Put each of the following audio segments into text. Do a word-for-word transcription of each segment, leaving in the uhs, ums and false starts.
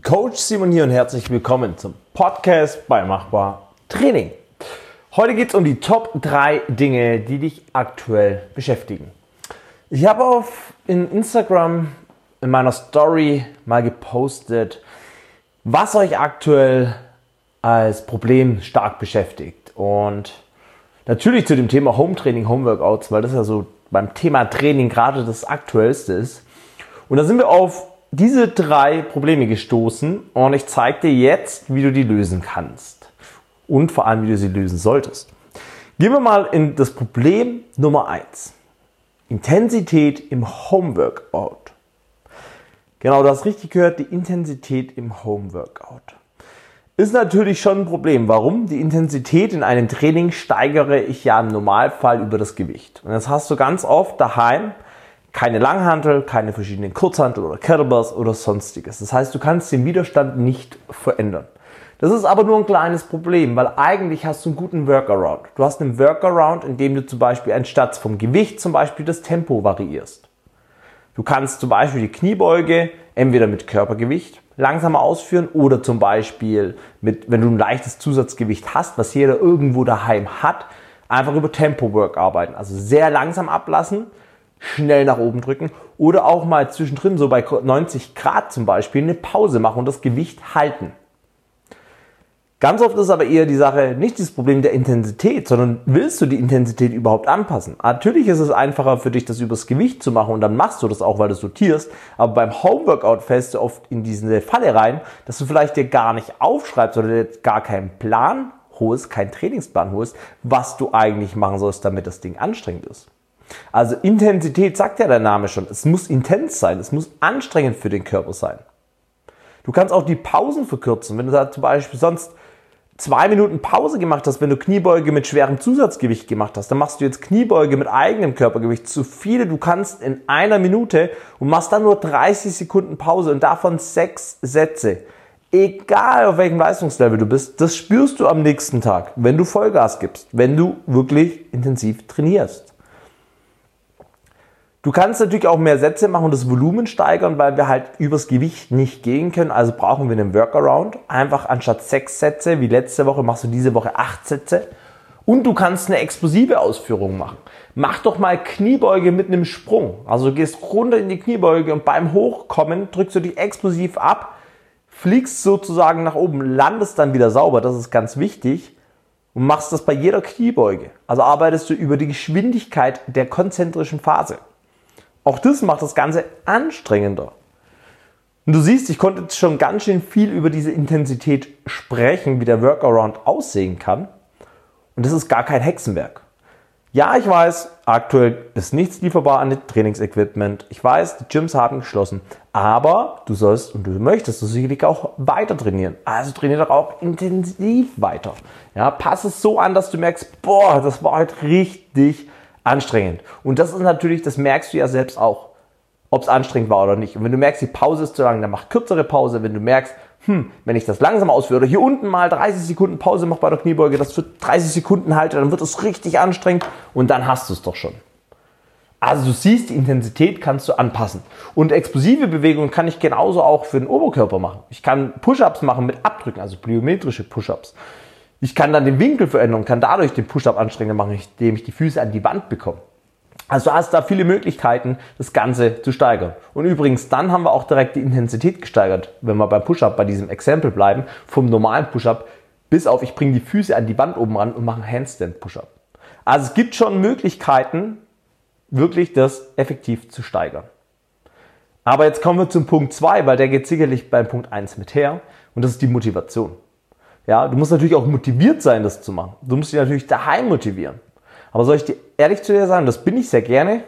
Coach Simon hier und herzlich willkommen zum Podcast bei Machbar Training. Heute geht es um die Top drei Dinge, die dich aktuell beschäftigen. Ich habe auf in Instagram in meiner Story mal gepostet, was euch aktuell als Problem stark beschäftigt. Und natürlich zu dem Thema Home Training, Home Workouts, weil das ja so beim Thema Training gerade das Aktuellste ist. Und da sind wir auf diese drei Probleme gestoßen und ich zeige dir jetzt, wie du die lösen kannst und vor allem, wie du sie lösen solltest. Gehen wir mal in das Problem Nummer eins. Intensität im Home Workout. Genau, du hast richtig gehört, die Intensität im Home Workout. Ist natürlich schon ein Problem. Warum? Die Intensität in einem Training steigere ich ja im Normalfall über das Gewicht. Und das hast du ganz oft daheim. Keine Langhantel, keine verschiedenen Kurzhantel oder Kettlebells oder sonstiges. Das heißt, du kannst den Widerstand nicht verändern. Das ist aber nur ein kleines Problem, weil eigentlich hast du einen guten Workaround. Du hast einen Workaround, in dem du zum Beispiel anstatt vom Gewicht zum Beispiel das Tempo variierst. Du kannst zum Beispiel die Kniebeuge entweder mit Körpergewicht langsamer ausführen oder zum Beispiel, mit, wenn du ein leichtes Zusatzgewicht hast, was jeder irgendwo daheim hat, einfach über Tempo-Work arbeiten. Also sehr langsam ablassen, schnell nach oben drücken oder auch mal zwischendrin, so bei neunzig Grad zum Beispiel, eine Pause machen und das Gewicht halten. Ganz oft ist aber eher die Sache nicht das Problem der Intensität, sondern willst du die Intensität überhaupt anpassen? Natürlich ist es einfacher für dich, das übers Gewicht zu machen und dann machst du das auch, weil du es sortierst, aber beim Homeworkout fällst du oft in diese Falle rein, dass du vielleicht dir gar nicht aufschreibst oder dir gar keinen Plan holst, keinen Trainingsplan holst, was du eigentlich machen sollst, damit das Ding anstrengend ist. Also Intensität sagt ja der Name schon, es muss intens sein, es muss anstrengend für den Körper sein. Du kannst auch die Pausen verkürzen, wenn du da zum Beispiel sonst zwei Minuten Pause gemacht hast, wenn du Kniebeuge mit schwerem Zusatzgewicht gemacht hast, dann machst du jetzt Kniebeuge mit eigenem Körpergewicht, so viele du kannst in einer Minute und machst dann nur dreißig Sekunden Pause und davon sechs Sätze. Egal auf welchem Leistungslevel du bist, das spürst du am nächsten Tag, wenn du Vollgas gibst, wenn du wirklich intensiv trainierst. Du kannst natürlich auch mehr Sätze machen und das Volumen steigern, weil wir halt übers Gewicht nicht gehen können. Also brauchen wir einen Workaround. Einfach anstatt sechs Sätze, wie letzte Woche, machst du diese Woche acht Sätze. Und du kannst eine explosive Ausführung machen. Mach doch mal Kniebeuge mit einem Sprung. Also du gehst runter in die Kniebeuge und beim Hochkommen drückst du dich explosiv ab, fliegst sozusagen nach oben, landest dann wieder sauber, das ist ganz wichtig. Und machst das bei jeder Kniebeuge. Also arbeitest du über die Geschwindigkeit der konzentrischen Phase. Auch das macht das Ganze anstrengender. Und du siehst, ich konnte jetzt schon ganz schön viel über diese Intensität sprechen, wie der Workaround aussehen kann. Und das ist gar kein Hexenwerk. Ja, ich weiß, aktuell ist nichts lieferbar an Trainingsequipment. Ich weiß, die Gyms haben geschlossen. Aber du sollst und du möchtest du sicherlich auch weiter trainieren. Also trainier doch auch intensiv weiter. Ja, pass es so an, dass du merkst, boah, das war heute richtig anstrengend. Und das ist natürlich, das merkst du ja selbst auch, ob es anstrengend war oder nicht. Und wenn du merkst, die Pause ist zu lang, dann mach kürzere Pause. Wenn du merkst, hm, wenn ich das langsam ausführe oder hier unten mal dreißig Sekunden Pause mache bei der Kniebeuge, das für dreißig Sekunden halte, dann wird es richtig anstrengend und dann hast du es doch schon. Also du siehst, die Intensität kannst du anpassen. Und explosive Bewegungen kann ich genauso auch für den Oberkörper machen. Ich kann Push-Ups machen mit Abdrücken, also plyometrische Push-Ups. Ich kann dann den Winkel verändern und kann dadurch den Push-Up anstrengender machen, indem ich die Füße an die Wand bekomme. Also du hast da viele Möglichkeiten, das Ganze zu steigern. Und übrigens, dann haben wir auch direkt die Intensität gesteigert, wenn wir beim Push-Up bei diesem Exempel bleiben, vom normalen Push-Up bis auf, ich bringe die Füße an die Wand oben ran und mache einen Handstand-Push-Up. Also es gibt schon Möglichkeiten, wirklich das effektiv zu steigern. Aber jetzt kommen wir zum Punkt zwei, weil der geht sicherlich beim Punkt eins mit her und das ist die Motivation. Ja, du musst natürlich auch motiviert sein, das zu machen. Du musst dich natürlich daheim motivieren. Aber soll ich dir ehrlich zu dir sagen, das bin ich sehr gerne.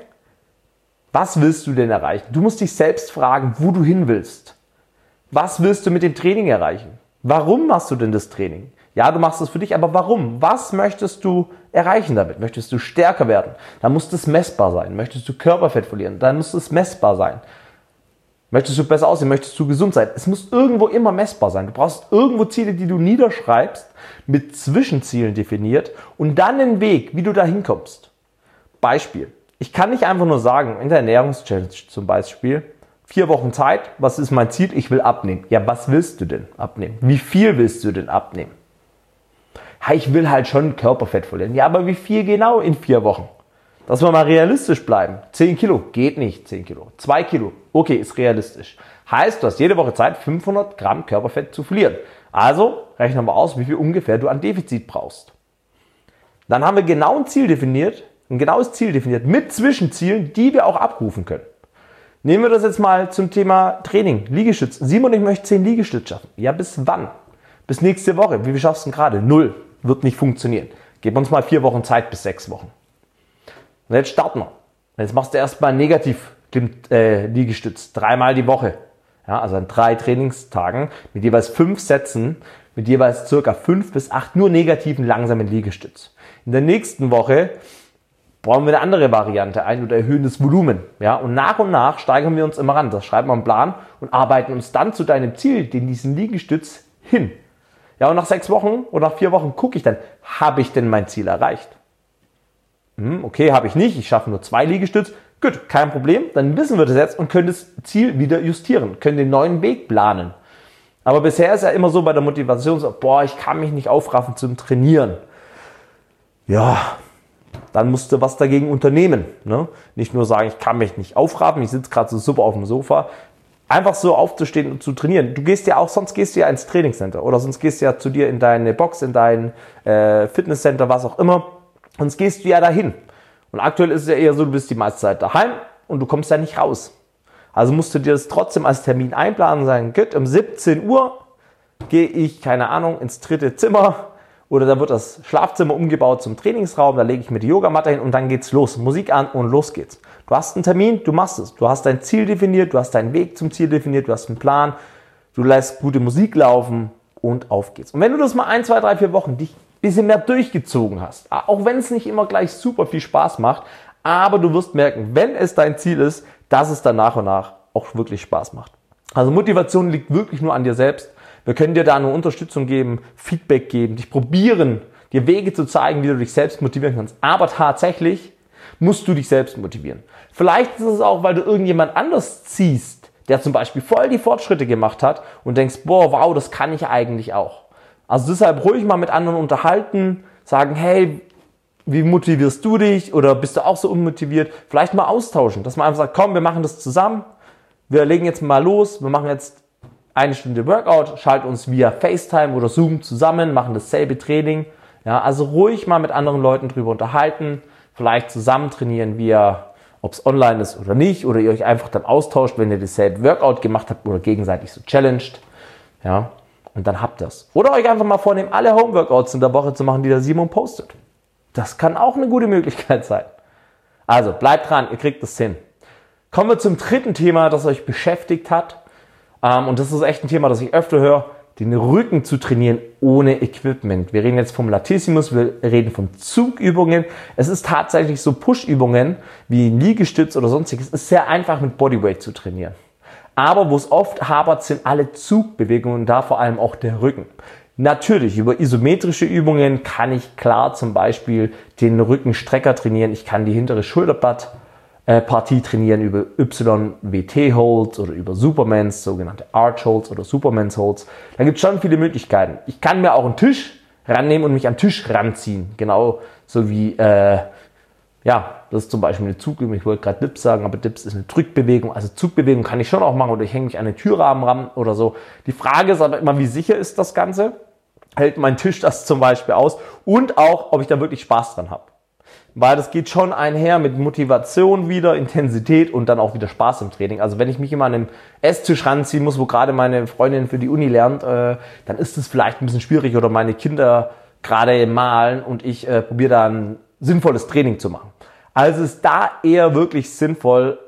Was willst du denn erreichen? Du musst dich selbst fragen, wo du hin willst. Was willst du mit dem Training erreichen? Warum machst du denn das Training? Ja, du machst es für dich, aber warum? Was möchtest du erreichen damit? Möchtest du stärker werden? Dann muss das messbar sein. Möchtest du Körperfett verlieren? Dann muss es messbar sein. Möchtest du besser aussehen? Möchtest du gesund sein? Es muss irgendwo immer messbar sein. Du brauchst irgendwo Ziele, die du niederschreibst, mit Zwischenzielen definiert und dann einen Weg, wie du da hinkommst. Beispiel. Ich kann nicht einfach nur sagen, in der Ernährungschallenge zum Beispiel, vier Wochen Zeit. Was ist mein Ziel? Ich will abnehmen. Ja, was willst du denn abnehmen? Wie viel willst du denn abnehmen? Ja, ich will halt schon Körperfett verlieren. Ja, aber wie viel genau in vier Wochen? Dass wir mal realistisch bleiben. zehn Kilo geht nicht, zehn Kilo. zwei Kilo, okay, ist realistisch. Heißt, du hast jede Woche Zeit, fünfhundert Gramm Körperfett zu verlieren. Also rechnen wir aus, wie viel ungefähr du an Defizit brauchst. Dann haben wir genau ein Ziel definiert, ein genaues Ziel definiert mit Zwischenzielen, die wir auch abrufen können. Nehmen wir das jetzt mal zum Thema Training, Liegestütz. Simon, ich möchte zehn Liegestütz schaffen. Ja, bis wann? Bis nächste Woche. Wie viel schaffst du denn gerade? Null. Wird nicht funktionieren. Gib uns mal vier Wochen Zeit bis sechs Wochen. Und jetzt starten wir. Jetzt machst du erstmal negativ äh, Liegestütz. Dreimal die Woche. Ja, also an drei Trainingstagen mit jeweils fünf Sätzen, mit jeweils circa fünf bis acht nur negativen langsamen Liegestütz. In der nächsten Woche bauen wir eine andere Variante ein oder erhöhen das Volumen. Ja, und nach und nach steigern wir uns immer ran. Das schreiben wir einen Plan und arbeiten uns dann zu deinem Ziel, den diesen Liegestütz, hin. Ja, und nach sechs Wochen oder nach vier Wochen gucke ich dann, habe ich denn mein Ziel erreicht? Hm, okay, habe ich nicht, ich schaffe nur zwei Liegestütz. Gut, kein Problem, dann wissen wir das jetzt und können das Ziel wieder justieren, können den neuen Weg planen. Aber bisher ist ja immer so bei der Motivation so, boah, ich kann mich nicht aufraffen zum Trainieren. Ja, dann musst du was dagegen unternehmen. Ne? Nicht nur sagen, ich kann mich nicht aufraffen, ich sitze gerade so super auf dem Sofa. Einfach so aufzustehen und zu trainieren. Du gehst ja auch, sonst gehst du ja ins Trainingscenter oder sonst gehst du ja zu dir in deine Box, in dein äh, Fitnesscenter, was auch immer. Sonst gehst du ja dahin. Und aktuell ist es ja eher so, du bist die meiste Zeit daheim und du kommst ja nicht raus. Also musst du dir das trotzdem als Termin einplanen und sagen, gut, um siebzehn Uhr gehe ich, keine Ahnung, ins dritte Zimmer oder da wird das Schlafzimmer umgebaut zum Trainingsraum, da lege ich mir die Yogamatte hin und dann geht's los. Musik an und los geht's. Du hast einen Termin, du machst es. Du hast dein Ziel definiert, du hast deinen Weg zum Ziel definiert, du hast einen Plan, du lässt gute Musik laufen und auf geht's. Und wenn du das mal ein, zwei, drei, vier Wochen dich ein bisschen mehr durchgezogen hast, auch wenn es nicht immer gleich super viel Spaß macht, aber du wirst merken, wenn es dein Ziel ist, dass es dann nach und nach auch wirklich Spaß macht. Also Motivation liegt wirklich nur an dir selbst. Wir können dir da eine Unterstützung geben, Feedback geben, dich probieren, dir Wege zu zeigen, wie du dich selbst motivieren kannst. Aber tatsächlich musst du dich selbst motivieren. Vielleicht ist es auch, weil du irgendjemand anders ziehst, der zum Beispiel voll die Fortschritte gemacht hat und denkst, boah, wow, das kann ich eigentlich auch. Also deshalb ruhig mal mit anderen unterhalten, sagen, hey, wie motivierst du dich oder bist du auch so unmotiviert? Vielleicht mal austauschen, dass man einfach sagt, komm, wir machen das zusammen, wir legen jetzt mal los, wir machen jetzt eine Stunde Workout, schalten uns via FaceTime oder Zoom zusammen, machen dasselbe Training. Ja, also ruhig mal mit anderen Leuten drüber unterhalten, vielleicht zusammen trainieren, via, ob es online ist oder nicht, oder ihr euch einfach dann austauscht, wenn ihr dasselbe Workout gemacht habt oder gegenseitig so challenged. Ja, und dann habt ihr es. Oder euch einfach mal vornehmen, alle Homeworkouts in der Woche zu machen, die der Simon postet. Das kann auch eine gute Möglichkeit sein. Also bleibt dran, ihr kriegt das hin. Kommen wir zum dritten Thema, das euch beschäftigt hat. Und das ist echt ein Thema, das ich öfter höre, den Rücken zu trainieren ohne Equipment. Wir reden jetzt vom Latissimus, wir reden von Zugübungen. Es ist tatsächlich so Push-Übungen wie Liegestütz oder sonstiges. Es ist sehr einfach mit Bodyweight zu trainieren. Aber wo es oft hapert, sind alle Zugbewegungen, da vor allem auch der Rücken. Natürlich, über isometrische Übungen kann ich klar zum Beispiel den Rückenstrecker trainieren. Ich kann die hintere Schulterblattpartie trainieren über Y W T Holds oder über Supermans, sogenannte Arch Holds oder Supermans Holds. Da gibt es schon viele Möglichkeiten. Ich kann mir auch einen Tisch rannehmen und mich am Tisch ranziehen. Genau so wie, äh, ja, das ist zum Beispiel eine Zugübung. Ich wollte gerade Dips sagen, aber Dips ist eine Drückbewegung. Also Zugbewegung kann ich schon auch machen oder ich hänge mich an den Türrahmen ran oder so. Die Frage ist aber immer, wie sicher ist das Ganze? Hält mein Tisch das zum Beispiel aus? Und auch, ob ich da wirklich Spaß dran habe. Weil das geht schon einher mit Motivation wieder, Intensität und dann auch wieder Spaß im Training. Also wenn ich mich immer an einem Esstisch ranziehen muss, wo gerade meine Freundin für die Uni lernt, äh, dann ist es vielleicht ein bisschen schwierig oder meine Kinder gerade malen und ich äh, probiere da ein sinnvolles Training zu machen. Also ist da eher wirklich sinnvoll,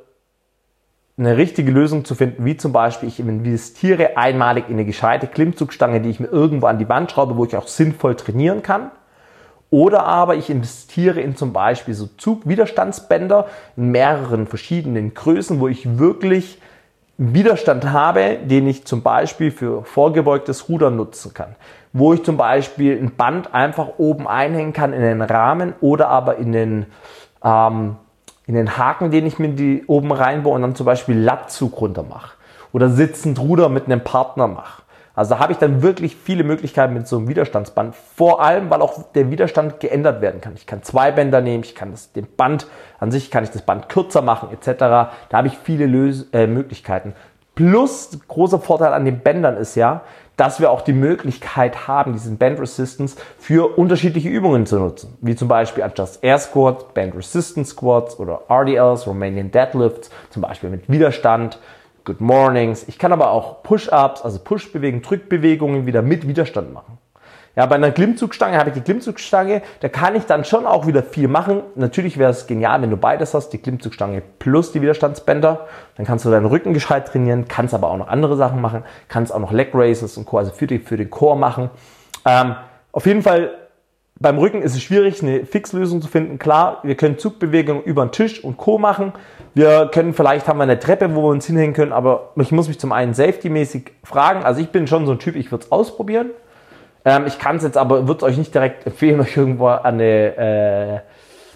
eine richtige Lösung zu finden, wie zum Beispiel ich investiere einmalig in eine gescheite Klimmzugstange, die ich mir irgendwo an die Wand schraube, wo ich auch sinnvoll trainieren kann. Oder aber ich investiere in zum Beispiel so Zugwiderstandsbänder in mehreren verschiedenen Größen, wo ich wirklich Widerstand habe, den ich zum Beispiel für vorgebeugtes Rudern nutzen kann. Wo ich zum Beispiel ein Band einfach oben einhängen kann in den Rahmen oder aber in den, ähm, in den Haken, den ich mir die oben reinbaue und dann zum Beispiel Latzug runter mache. Oder sitzend Ruder mit einem Partner mache. Also da habe ich dann wirklich viele Möglichkeiten mit so einem Widerstandsband. Vor allem, weil auch der Widerstand geändert werden kann. Ich kann zwei Bänder nehmen, ich kann das, den Band an sich, kann ich das Band kürzer machen et cetera. Da habe ich viele Lös- äh, Möglichkeiten. Plus, großer Vorteil an den Bändern ist ja, dass wir auch die Möglichkeit haben, diesen Band Resistance für unterschiedliche Übungen zu nutzen. Wie zum Beispiel Adjust Air Squats, Band Resistance Squats oder R D Ls, Romanian Deadlifts, zum Beispiel mit Widerstand, Good Mornings. Ich kann aber auch Push-Ups, also Push-Bewegungen, Drückbewegungen wieder mit Widerstand machen. Ja, bei einer Klimmzugstange habe ich die Klimmzugstange, da kann ich dann schon auch wieder viel machen. Natürlich wäre es genial, wenn du beides hast, die Klimmzugstange plus die Widerstandsbänder. Dann kannst du deinen Rücken gescheit trainieren, kannst aber auch noch andere Sachen machen, kannst auch noch Leg Raises und Co., also für, die, für den Core machen. Ähm, auf jeden Fall, beim Rücken ist es schwierig, eine Fixlösung zu finden. Klar, wir können Zugbewegungen über den Tisch und Co. machen. Wir können, vielleicht haben wir eine Treppe, wo wir uns hinhängen können, aber ich muss mich zum einen safety-mäßig fragen. Also ich bin schon so ein Typ, ich würde es ausprobieren. Ähm, ich kann es jetzt aber, würde es euch nicht direkt empfehlen, euch irgendwo an eine, äh, an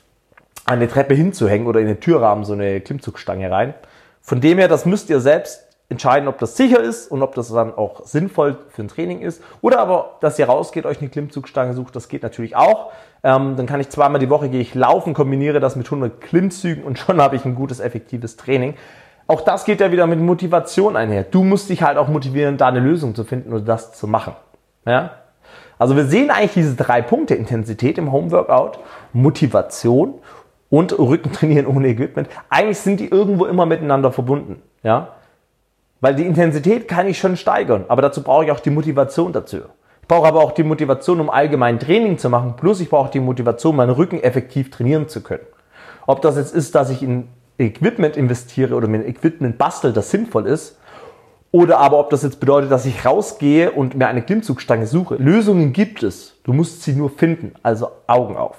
eine Treppe hinzuhängen oder in den Türrahmen so eine Klimmzugstange rein. Von dem her, das müsst ihr selbst entscheiden, ob das sicher ist und ob das dann auch sinnvoll für ein Training ist. Oder aber, dass ihr rausgeht, euch eine Klimmzugstange sucht, das geht natürlich auch. Ähm, dann kann ich zweimal die Woche gehe ich laufen, kombiniere das mit hundert Klimmzügen und schon habe ich ein gutes, effektives Training. Auch das geht ja wieder mit Motivation einher. Du musst dich halt auch motivieren, da eine Lösung zu finden oder das zu machen. Ja? Also wir sehen eigentlich diese drei Punkte: Intensität im Homeworkout, Motivation und Rückentrainieren ohne Equipment. Eigentlich sind die irgendwo immer miteinander verbunden. Ja? Weil die Intensität kann ich schon steigern, aber dazu brauche ich auch die Motivation dazu. Ich brauche aber auch die Motivation, um allgemein Training zu machen, plus ich brauche die Motivation, meinen Rücken effektiv trainieren zu können. Ob das jetzt ist, dass ich in Equipment investiere oder mir ein Equipment bastel, das sinnvoll ist, oder aber ob das jetzt bedeutet, dass ich rausgehe und mir eine Klimmzugstange suche. Lösungen gibt es, du musst sie nur finden, also Augen auf.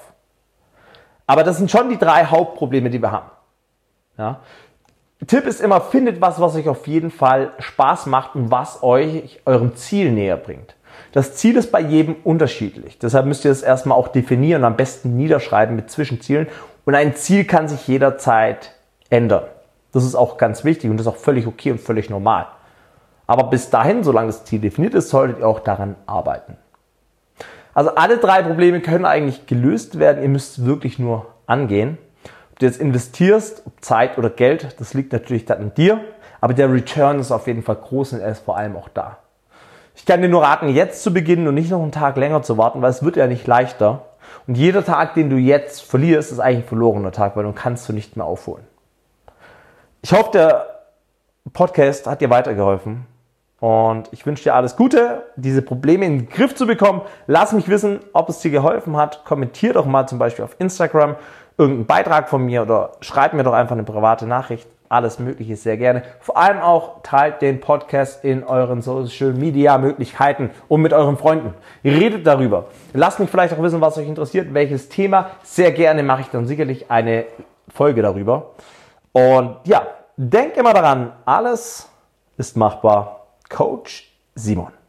Aber das sind schon die drei Hauptprobleme, die wir haben. Ja? Tipp ist immer, findet was, was euch auf jeden Fall Spaß macht und was euch eurem Ziel näher bringt. Das Ziel ist bei jedem unterschiedlich. Deshalb müsst ihr es erstmal auch definieren und am besten niederschreiben mit Zwischenzielen. Und ein Ziel kann sich jederzeit ändern. Das ist auch ganz wichtig und das ist auch völlig okay und völlig normal. Aber bis dahin, solange das Ziel definiert ist, solltet ihr auch daran arbeiten. Also alle drei Probleme können eigentlich gelöst werden. Ihr müsst es wirklich nur angehen. Ob du jetzt investierst, ob Zeit oder Geld, das liegt natürlich dann an dir. Aber der Return ist auf jeden Fall groß und er ist vor allem auch da. Ich kann dir nur raten, jetzt zu beginnen und nicht noch einen Tag länger zu warten, weil es wird ja nicht leichter. Und jeder Tag, den du jetzt verlierst, ist eigentlich ein verlorener Tag, weil du kannst du nicht mehr aufholen. Ich hoffe, der Podcast hat dir weitergeholfen. Und ich wünsche dir alles Gute, diese Probleme in den Griff zu bekommen. Lass mich wissen, ob es dir geholfen hat. Kommentier doch mal zum Beispiel auf Instagram irgendeinen Beitrag von mir oder schreib mir doch einfach eine private Nachricht. Alles Mögliche sehr gerne. Vor allem auch teilt den Podcast in euren Social Media Möglichkeiten und mit euren Freunden. Redet darüber. Lasst mich vielleicht auch wissen, was euch interessiert, welches Thema. Sehr gerne mache ich dann sicherlich eine Folge darüber. Und ja, denkt immer daran, alles ist machbar. Coach Simon.